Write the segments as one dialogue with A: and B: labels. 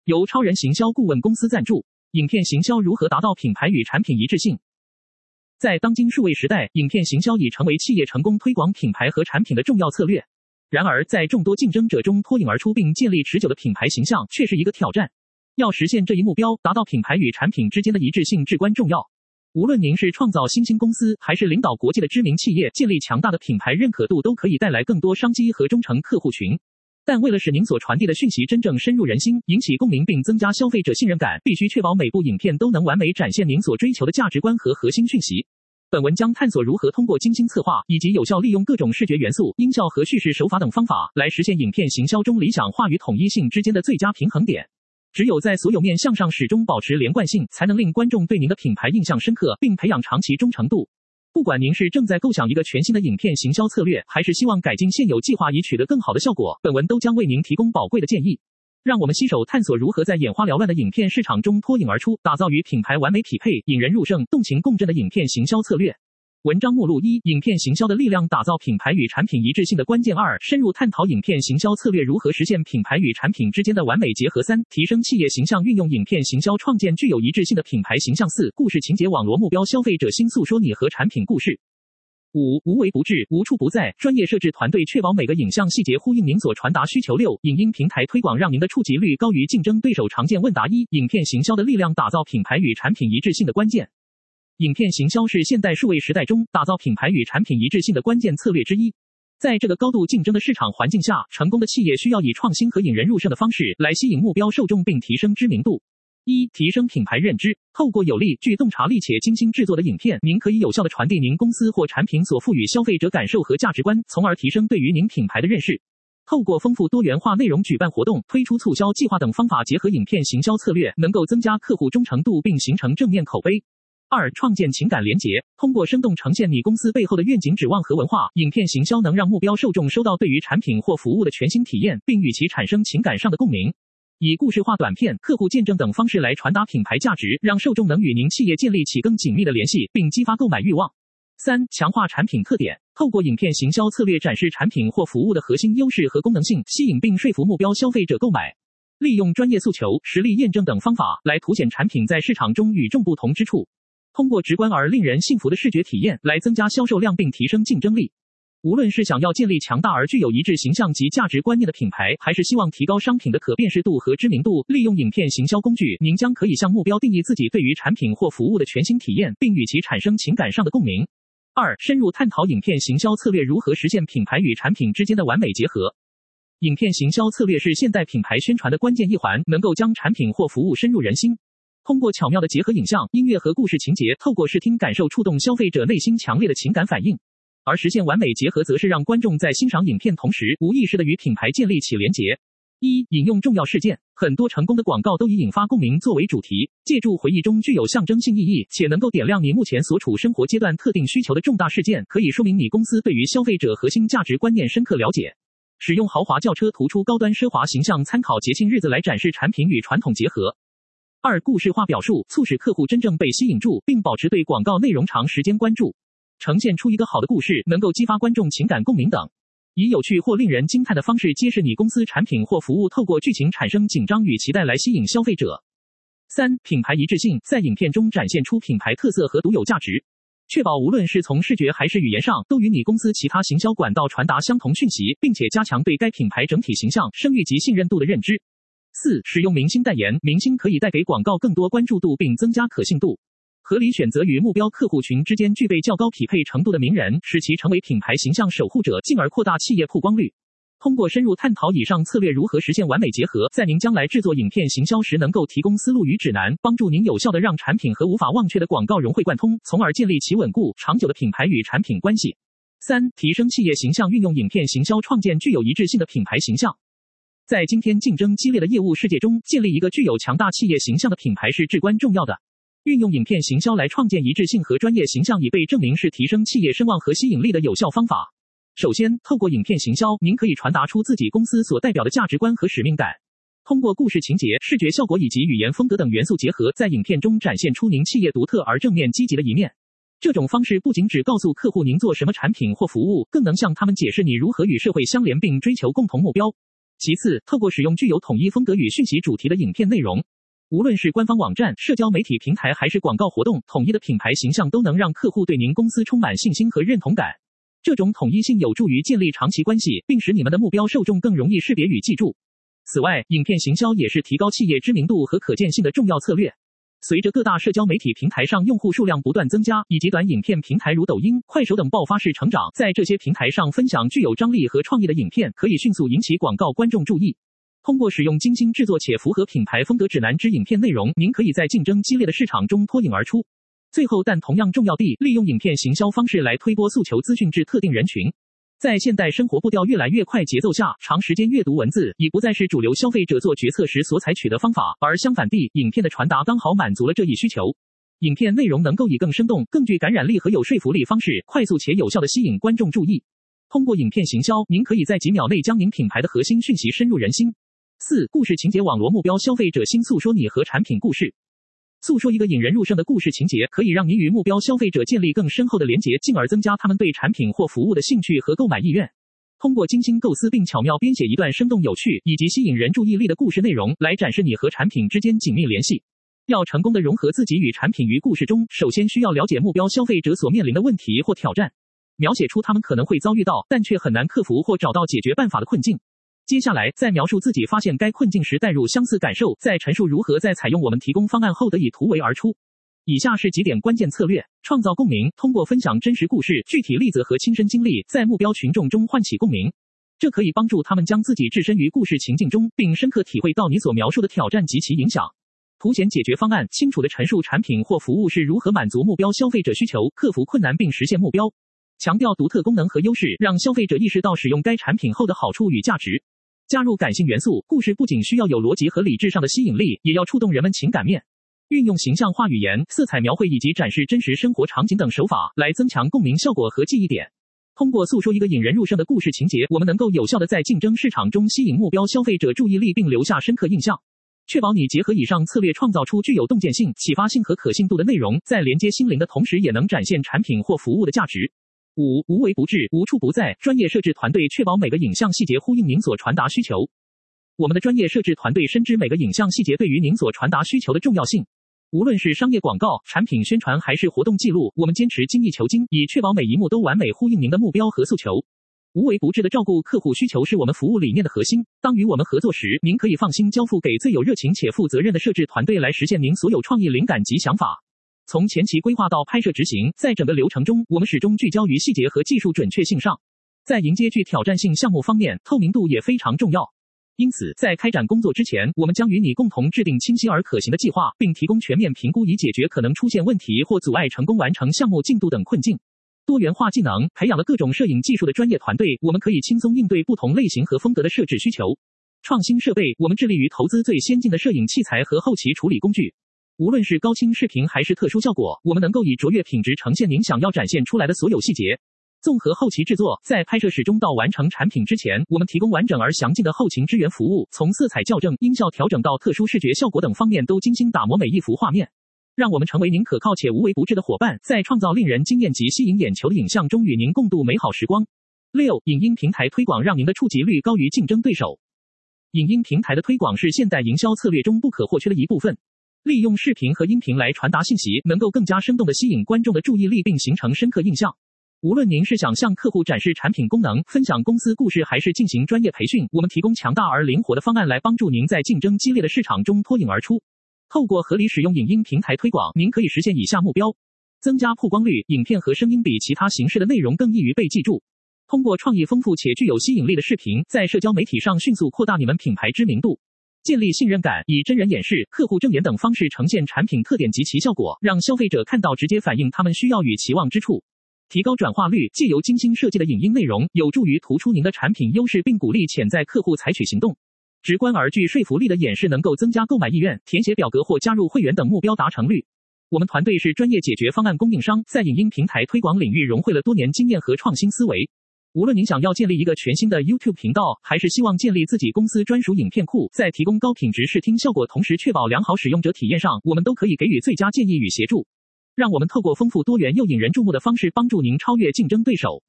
A: 由超人行销顾问公司赞助。影片行销如何达到品牌与产品一致性？在当今数位时代，影片行销已成为企业成功推广品牌和产品的重要策略。然而，在众多竞争者中脱颖而出并建立持久的品牌形象却是一个挑战。要实现这一目标，达到品牌与产品之间的一致性至关重要。无论您是创造新兴公司，还是领导国际的知名企业，建立强大的品牌认可度都可以带来更多商机和忠诚客户群。但为了使您所传递的讯息真正深入人心，引起共鸣并增加消费者信任感，必须确保每部影片都能完美展现您所追求的价值观和核心讯息。本文将探索如何通过精心策划以及有效利用各种视觉元素、音效和叙事手法等方法，来实现影片行销中理想化与统一性之间的最佳平衡点。只有在所有面向上始终保持连贯性，才能令观众对您的品牌印象深刻，并培养长期忠诚度。不管您是正在构想一个全新的影片行销策略，还是希望改进现有计划以取得更好的效果，本文都将为您提供宝贵的建议。让我们携手探索如何在眼花缭乱的影片市场中脱颖而出，打造与品牌完美匹配、引人入胜、动情共振的影片行销策略。文章目录1：影片行销的力量，打造品牌与产品一致性的关键。2：深入探讨影片行销策略如何实现品牌与产品之间的完美结合。3：提升企业形象，运用影片行销创建具有一致性的品牌形象。4：故事情节网罗目标消费者心，诉说你和产品故事。5：无微不至，无处不在，专业摄制团队确保每个影像细节呼应您所传达需求。6：影音平台推广，让您的触及率高于竞争对手。常见问答1：影片行销的力量，打造品牌与产品一致性的关键。影片行销是现代数位时代中打造品牌与产品一致性的关键策略之一。在这个高度竞争的市场环境下，成功的企业需要以创新和引人入胜的方式来吸引目标受众并提升知名度。1：提升品牌认知。透过有力、具洞察力且精心制作的影片，您可以有效地传递您公司或产品所赋予消费者感受和价值观，从而提升对于您品牌的认识。透过丰富多元化内容、举办活动、推出促销计划等方法，结合影片行销策略，能够增加客户忠诚度并形成正面口碑。2：创建情感连结。通过生动呈现你公司背后的愿景、指望和文化，影片行销能让目标受众收到对于产品或服务的全新体验，并与其产生情感上的共鸣。以故事化短片、客户见证等方式来传达品牌价值，让受众能与您企业建立起更紧密的联系，并激发购买欲望。3：强化产品特点。透过影片行销策略展示产品或服务的核心优势和功能性，吸引并说服目标消费者购买。利用专业诉求、实例验证等方法来凸显产品在市场中与众不同之处。通过直观而令人信服的视觉体验来增加销售量并提升竞争力。无论是想要建立强大而具有一致形象及价值观念的品牌，还是希望提高商品的可辨识度和知名度，利用影片行销工具，您将可以向目标定义自己对于产品或服务的全新体验，并与其产生情感上的共鸣。2：深入探讨影片行销策略如何实现品牌与产品之间的完美结合。影片行销策略是现代品牌宣传的关键一环，能够将产品或服务深入人心。通过巧妙的结合影像、音乐和故事情节，透过视听感受触动消费者内心强烈的情感反应。而实现完美结合，则是让观众在欣赏影片同时，无意识地与品牌建立起连结。1：引用重要事件。很多成功的广告都以引发共鸣作为主题，借助回忆中具有象征性意义且能够点亮你目前所处生活阶段特定需求的重大事件，可以说明你公司对于消费者核心价值观念深刻了解。使用豪华轿车突出高端奢华形象，参考节庆日子来展示产品与传统结合。2：故事化表述，促使客户真正被吸引住，并保持对广告内容长时间关注。呈现出一个好的故事，能够激发观众情感共鸣等。以有趣或令人惊叹的方式揭示你公司产品或服务，透过剧情产生紧张与期待来吸引消费者。3：品牌一致性，在影片中展现出品牌特色和独有价值，确保无论是从视觉还是语言上，都与你公司其他行销管道传达相同讯息，并且加强对该品牌整体形象、声誉及信任度的认知。4：使用明星代言，明星可以带给广告更多关注度并增加可信度。合理选择与目标客户群之间具备较高匹配程度的名人，使其成为品牌形象守护者，进而扩大企业曝光率。通过深入探讨以上策略如何实现完美结合，在您将来制作影片行销时能够提供思路与指南，帮助您有效地让产品和无法忘却的广告融会贯通，从而建立起稳固、长久的品牌与产品关系。3：提升企业形象，运用影片行销创建具有一致性的品牌形象。在今天竞争激烈的业务世界中，建立一个具有强大企业形象的品牌是至关重要的。运用影片行销来创建一致性和专业形象，已被证明是提升企业声望和吸引力的有效方法。首先，透过影片行销，您可以传达出自己公司所代表的价值观和使命感。通过故事情节、视觉效果以及语言风格等元素结合，在影片中展现出您企业独特而正面积极的一面。这种方式不仅只告诉客户您做什么产品或服务，更能向他们解释你如何与社会相连并追求共同目标。 其次，透过使用具有统一风格与讯息主题的影片内容，无论是官方网站、社交媒体平台还是广告活动，统一的品牌形象都能让客户对您公司充满信心和认同感。这种统一性有助于建立长期关系，并使你们的目标受众更容易识别与记住。此外，影片行销也是提高企业知名度和可见性的重要策略。随着各大社交媒体平台上用户数量不断增加，以及短影片平台如抖音、快手等爆发式成长，在这些平台上分享具有张力和创意的影片，可以迅速引起广告观众注意。通过使用精心制作且符合品牌风格指南之影片内容，您可以在竞争激烈的市场中脱颖而出。最后，但同样重要地，利用影片行销方式来推播诉求资讯至特定人群。在现代生活步调越来越快节奏下，长时间阅读文字已不再是主流消费者做决策时所采取的方法，而相反地，影片的传达刚好满足了这一需求。影片内容能够以更生动、更具感染力和有说服力方式，快速且有效地吸引观众注意。通过影片行销，您可以在几秒内将您品牌的核心讯息深入人心。4. 故事情节网罗目标消费者心，诉说你和产品故事。诉说一个引人入胜的故事情节，可以让你与目标消费者建立更深厚的连结，进而增加他们对产品或服务的兴趣和购买意愿。通过精心构思并巧妙编写一段生动有趣以及吸引人注意力的故事内容，来展示你和产品之间紧密联系。要成功地融合自己与产品于故事中，首先需要了解目标消费者所面临的问题或挑战，描写出他们可能会遭遇到但却很难克服或找到解决办法的困境。接下来，在描述自己发现该困境时带入相似感受，再陈述如何在采用我们提供方案后得以突围而出。以下是几点关键策略：创造共鸣，通过分享真实故事、具体例子和亲身经历，在目标群众中唤起共鸣。这可以帮助他们将自己置身于故事情境中，并深刻体会到你所描述的挑战及其影响。凸显解决方案，清楚地陈述产品或服务是如何满足目标消费者需求、克服困难并实现目标。强调独特功能和优势，让消费者意识到使用该产品后的好处与价值。加入感性元素，故事不仅需要有逻辑和理智上的吸引力，也要触动人们情感面。运用形象化语言、色彩描绘以及展示真实生活场景等手法，来增强共鸣效果和记忆点。通过诉说一个引人入胜的故事情节，我们能够有效地在竞争市场中吸引目标消费者注意力并留下深刻印象。确保你结合以上策略，创造出具有洞见性、启发性和可信度的内容，在连接心灵的同时，也能展现产品或服务的价值。5. 无微不至，无处不在。专业设置团队确保每个影像细节呼应您所传达需求。我们的专业设置团队深知每个影像细节对于您所传达需求的重要性。无论是商业广告、产品宣传还是活动记录，我们坚持精益求精，以确保每一幕都完美呼应您的目标和诉求。无微不至的照顾客户需求是我们服务理念的核心。当与我们合作时，您可以放心交付给最有热情且负责任的设置团队来实现您所有创意灵感及想法。从前期规划到拍摄执行，在整个流程中，我们始终聚焦于细节和技术准确性上。在迎接具挑战性项目方面，透明度也非常重要。因此，在开展工作之前，我们将与你共同制定清晰而可行的计划，并提供全面评估以解决可能出现问题或阻碍成功完成项目进度等困境。多元化技能，培养了各种摄影技术的专业团队，我们可以轻松应对不同类型和风格的设置需求。创新设备，我们致力于投资最先进的摄影器材和后期处理工具。无论是高清视频还是特殊效果，我们能够以卓越品质呈现您想要展现出来的所有细节。综合后期制作，在拍摄始终到完成产品之前，我们提供完整而详尽的后勤支援服务，从色彩校正、音效调整到特殊视觉效果等方面都精心打磨每一幅画面。让我们成为您可靠且无微不至的伙伴，在创造令人惊艳及吸引眼球的影像中与您共度美好时光。6. 影音平台推广，让您的触及率高于竞争对手。影音平台的推广是现代营销策略中不可或缺的一部分。利用视频和音频来传达信息，能够更加生动地吸引观众的注意力并形成深刻印象。无论您是想向客户展示产品功能、分享公司故事，还是进行专业培训，我们提供强大而灵活的方案来帮助您在竞争激烈的市场中脱颖而出。透过合理使用影音平台推广，您可以实现以下目标：增加曝光率，影片和声音比其他形式的内容更易于被记住。通过创意丰富且具有吸引力的视频，在社交媒体上迅速扩大你们品牌知名度。建立信任感，以真人演示、客户证言等方式呈现产品特点及其效果，让消费者看到直接反映他们需要与期望之处。提高转化率，借由精心设计的影音内容，有助于突出您的产品优势并鼓励潜在客户采取行动。直观而具说服力的演示能够增加购买意愿、填写表格或加入会员等目标达成率。我们团队是专业解决方案供应商，在影音平台推广领域融汇了多年经验和创新思维。无论您想要建立一个全新的 YouTube 频道，还是希望建立自己公司专属影片库，在提供高品质视听效果同时确保良好使用者体验上，我们都可以给予最佳建议与协助。让我们透过丰富多元又引人注目的方式帮助您超越竞争对手。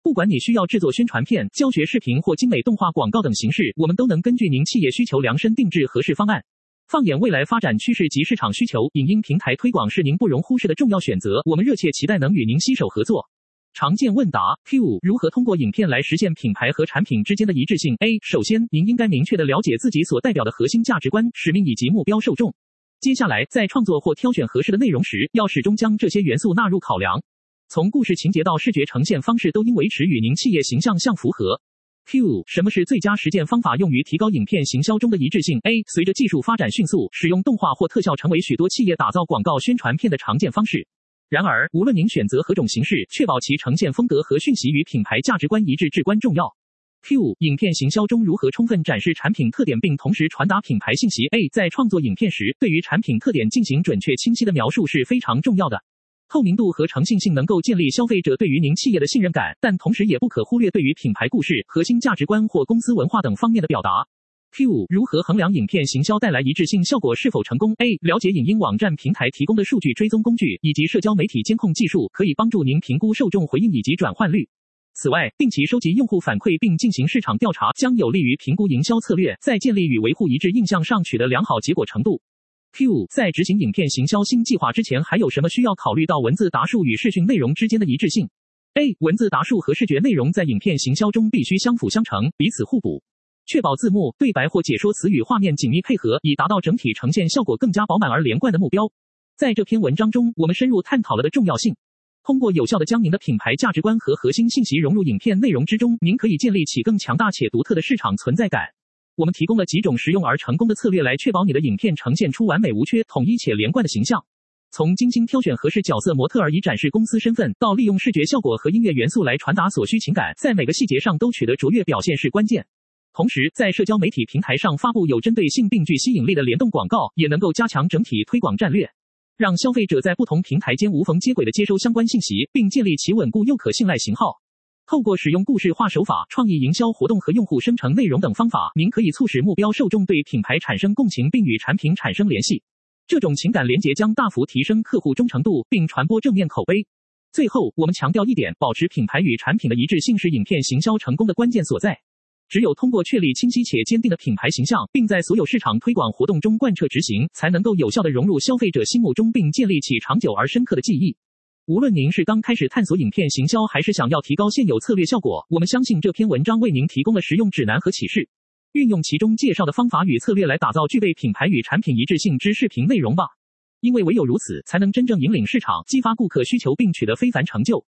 A: 不管你需要制作宣传片、教学视频或精美动画广告等形式，我们都能根据您企业需求量身定制合适方案。放眼未来发展趋势及市场需求，影音平台推广是您不容忽视的重要选择。我们热切期待能与您携手合作。常见问答 Q 如何通过影片来实现品牌和产品之间的一致性 ？A. 首先，您应该明确地了解自己所代表的核心价值观、使命以及目标受众。接下来，在创作或挑选合适的内容时，要始终将这些元素纳入考量。从故事情节到视觉呈现方式都应维持与您企业形象相符合。Q 什么是最佳实践方法用于提高影片行销中的一致性 ？A. 随着技术发展迅速，使用动画或特效成为许多企业打造广告宣传片的常见方式。然而，无论您选择何种形式，确保其呈现风格和讯息与品牌价值观一致至关重要。Q 影片行销中如何充分展示产品特点并同时传达品牌信息 ？A. 在创作影片时，对于产品特点进行准确清晰的描述是非常重要的。透明度和诚信性能够建立消费者对于您企业的信任感，但同时也不可忽略对于品牌故事、核心价值观或公司文化等方面的表达。Q 如何衡量影片行销带来一致性效果是否成功 ？A. 了解影音网站平台提供的数据追踪工具以及社交媒体监控技术，可以帮助您评估受众回应以及转换率。此外，定期收集用户反馈并进行市场调查，将有利于评估营销策略，在建立与维护一致印象上取得良好结果程度。Q 在执行影片行销新计划之前，还有什么需要考虑到文字答述与视讯内容之间的一致性 ？A. 文字答述和视觉内容在影片行销中必须相辅相成，彼此互补，确保字幕、对白或解说词与画面紧密配合，以达到整体呈现效果更加饱满而连贯的目标。在这篇文章中，我们深入探讨了的重要性。通过有效地将您的品牌价值观和核心信息融入影片内容之中，您可以建立起更强大且独特的市场存在感。我们提供了几种实用而成功的策略来确保你的影片呈现出完美无缺、统一且连贯的形象。从精心挑选合适角色模特儿以展示公司身份，到利用视觉效果和音乐元素来传达所需情感，在每个细节上都取得卓越表现是关键。同时，在社交媒体平台上发布有针对性并具吸引力的联动广告，也能够加强整体推广战略，让消费者在不同平台间无缝接轨地接收相关信息，并建立起稳固又可信赖型号。透过使用故事化手法、创意营销活动和用户生成内容等方法，您可以促使目标受众对品牌产生共情并与产品产生联系。这种情感连结将大幅提升客户忠诚度，并传播正面口碑。最后，我们强调一点，保持品牌与产品的一致性是影片行销成功的关键所在。只有通过确立清晰且坚定的品牌形象，并在所有市场推广活动中贯彻执行，才能够有效地融入消费者心目中，并建立起长久而深刻的记忆。无论您是刚开始探索影片行销，还是想要提高现有策略效果，我们相信这篇文章为您提供了实用指南和启示。运用其中介绍的方法与策略来打造具备品牌与产品一致性之视频内容吧。因为唯有如此，才能真正引领市场，激发顾客需求，并取得非凡成就。